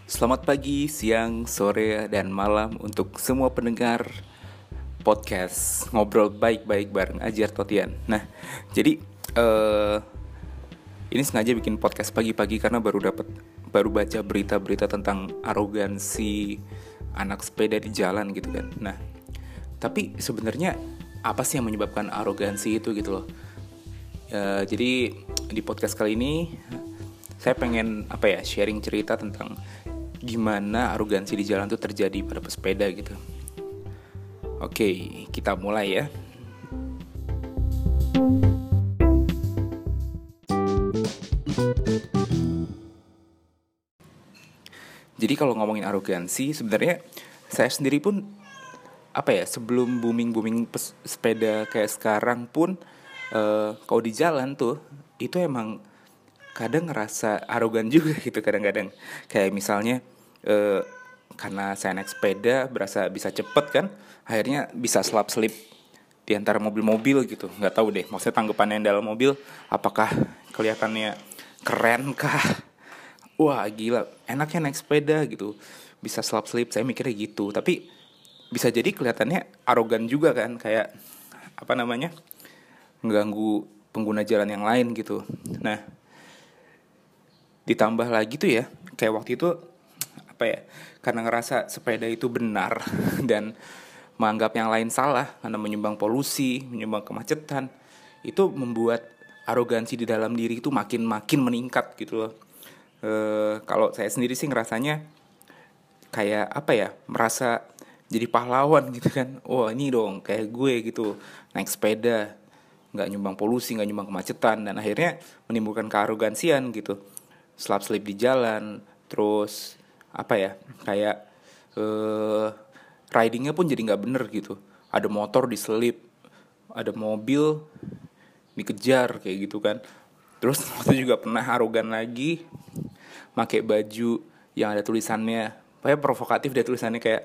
Selamat pagi, siang, sore, dan malam untuk semua pendengar podcast Ngobrol Baik-Baik bareng Ajar Totian. Nah, jadi ini sengaja bikin podcast pagi-pagi karena baru baca berita-berita tentang arogansi anak sepeda di jalan gitu kan. Nah, tapi sebenarnya apa sih yang menyebabkan arogansi itu gitu loh. Jadi di podcast kali ini saya pengen sharing cerita tentang gimana arogansi di jalan tuh terjadi pada pesepeda gitu. Oke, kita mulai ya. Jadi kalau ngomongin arogansi, sebenarnya saya sendiri pun sebelum booming sepeda kayak sekarang pun kalau di jalan tuh itu emang kadang ngerasa arogan juga gitu kadang-kadang. Kayak misalnya karena saya naik sepeda berasa bisa cepet kan, akhirnya bisa selap-selip di antara mobil-mobil gitu. Nggak tahu deh, maksudnya tanggapannya yang dalam mobil, apakah kelihatannya keren kah? Wah gila, enaknya naik sepeda gitu, bisa selap-selip. Saya mikirnya gitu, tapi bisa jadi kelihatannya arogan juga kan, kayak mengganggu pengguna jalan yang lain gitu. Nah, ditambah lagi tuh ya, kayak waktu itu karena ngerasa sepeda itu benar dan menganggap yang lain salah karena menyumbang polusi, menyumbang kemacetan, itu membuat arogansi di dalam diri itu makin meningkat gitu loh. Kalau saya sendiri sih ngerasanya kayak merasa jadi pahlawan gitu kan. Wah ini dong kayak gue gitu, naik sepeda, nggak nyumbang polusi, nggak nyumbang kemacetan, dan akhirnya menimbulkan kearogansian gitu. Selap-selip di jalan, terus kayak ridingnya pun jadi nggak bener gitu. Ada motor diselip, ada mobil dikejar kayak gitu kan. Terus waktu juga pernah arogan lagi, pakai baju yang ada tulisannya, kayak provokatif deh tulisannya kayak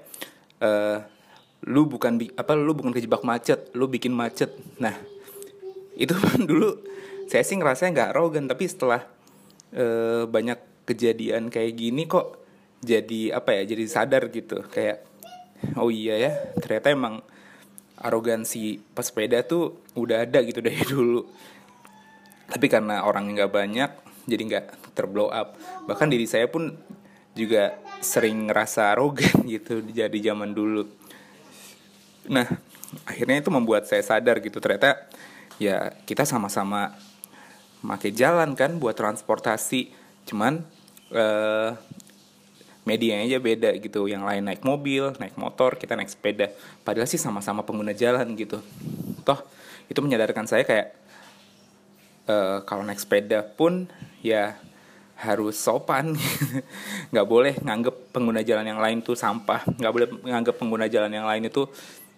lu bukan kejebak macet, lu bikin macet. Nah itu kan dulu saya sih ngerasanya nggak arogan, tapi setelah banyak kejadian kayak gini kok jadi jadi sadar gitu, kayak oh iya ya, ternyata emang arogansi pesepeda tuh udah ada gitu dari dulu. Tapi karena orangnya nggak banyak, jadi nggak terblow up. Bahkan diri saya pun juga sering ngerasa arogan gitu jadi zaman dulu. Nah, akhirnya itu membuat saya sadar gitu, ternyata ya kita sama-sama pakai jalan kan buat transportasi, cuman medianya aja beda gitu. Yang lain naik mobil, naik motor, kita naik sepeda. Padahal sih sama-sama pengguna jalan gitu. Toh itu menyadarkan saya kayak kalau naik sepeda pun ya harus sopan. Nggak boleh nganggep pengguna jalan yang lain tuh sampah. Nggak boleh nganggep pengguna jalan yang lain itu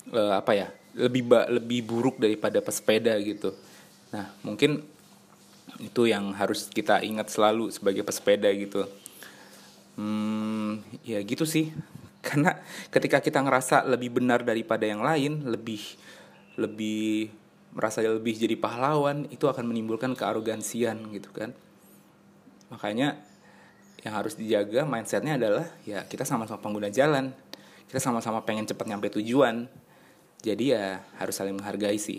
lebih buruk daripada pesepeda gitu. Nah mungkin itu yang harus kita ingat selalu sebagai pesepeda gitu. Ya gitu sih. Karena ketika kita ngerasa lebih benar daripada yang lain, lebih merasa lebih jadi pahlawan, itu akan menimbulkan kearogansian gitu kan. Makanya yang harus dijaga mindsetnya adalah ya kita sama-sama pengguna jalan, kita sama-sama pengen cepat nyampe tujuan. Jadi ya harus saling menghargai sih.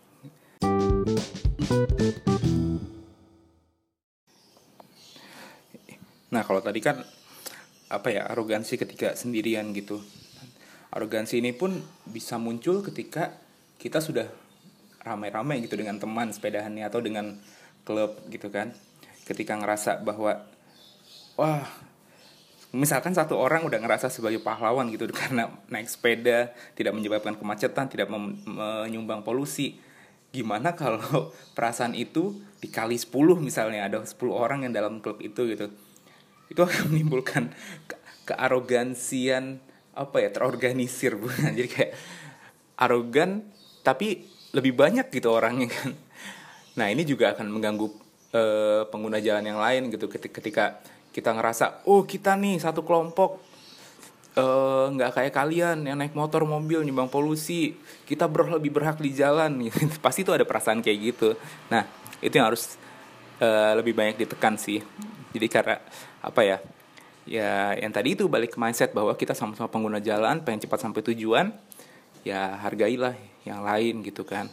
Nah kalau tadi kan arogansi ketika sendirian gitu. Arogansi ini pun bisa muncul ketika kita sudah ramai-ramai gitu dengan teman sepedahannya atau dengan klub gitu kan. Ketika ngerasa bahwa wah, misalkan satu orang udah ngerasa sebagai pahlawan gitu karena naik sepeda tidak menyebabkan kemacetan, tidak menyumbang polusi. Gimana kalau perasaan itu dikali 10 misalnya, ada 10 orang yang dalam klub itu gitu. Itu akan menimbulkan kearogansian terorganisir bukan. Jadi kayak arogan tapi lebih banyak gitu orangnya kan. Nah ini juga akan mengganggu pengguna jalan yang lain gitu. Ketika kita ngerasa oh kita nih satu kelompok nggak kayak kalian yang naik motor mobil nyumbang polusi, kita lebih berhak di jalan gitu. Pasti tuh ada perasaan kayak gitu. Nah itu yang harus lebih banyak ditekan sih. Jadi karena Ya yang tadi itu balik ke mindset bahwa kita sama-sama pengguna jalan, pengen cepat sampai tujuan, ya hargailah yang lain gitu kan.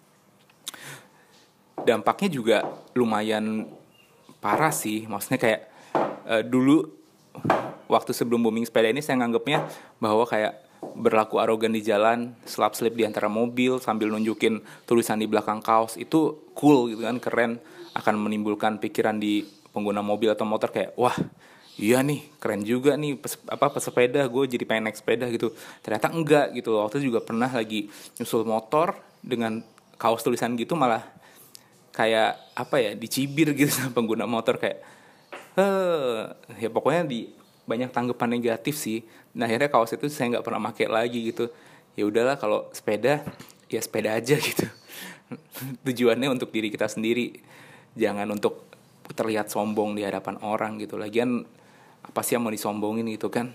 Dampaknya juga lumayan parah sih, maksudnya kayak dulu waktu sebelum booming sepeda ini saya nganggapnya bahwa kayak berlaku arogan di jalan, selap-selip di antara mobil sambil nunjukin tulisan di belakang kaos itu cool gitu kan, keren, akan menimbulkan pikiran di pengguna mobil atau motor kayak wah iya nih keren juga nih pesepeda, gue jadi pengen naik sepeda gitu. Ternyata enggak gitu. Waktu itu juga pernah lagi nyusul motor dengan kaos tulisan gitu, malah kayak dicibir gitu sama pengguna motor kayak ya pokoknya di banyak tanggapan negatif sih. Nah akhirnya kaos itu saya nggak pernah pakai lagi gitu. Ya udahlah, kalau sepeda ya sepeda aja gitu. Tujuannya untuk diri kita sendiri, jangan untuk terlihat sombong di hadapan orang gitu. Lagian apa sih yang mau disombongin gitu kan,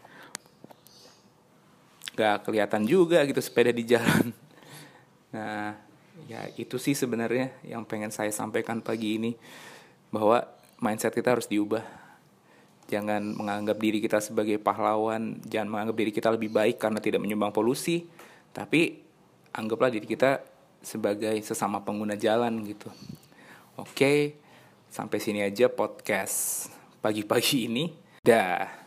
gak kelihatan juga gitu sepeda di jalan. Nah ya itu sih sebenarnya yang pengen saya sampaikan pagi ini, bahwa mindset kita harus diubah. Jangan menganggap diri kita sebagai pahlawan, jangan menganggap diri kita lebih baik karena tidak menyumbang polusi, tapi anggaplah diri kita sebagai sesama pengguna jalan gitu. Oke, sampai sini aja podcast pagi-pagi ini. Dah.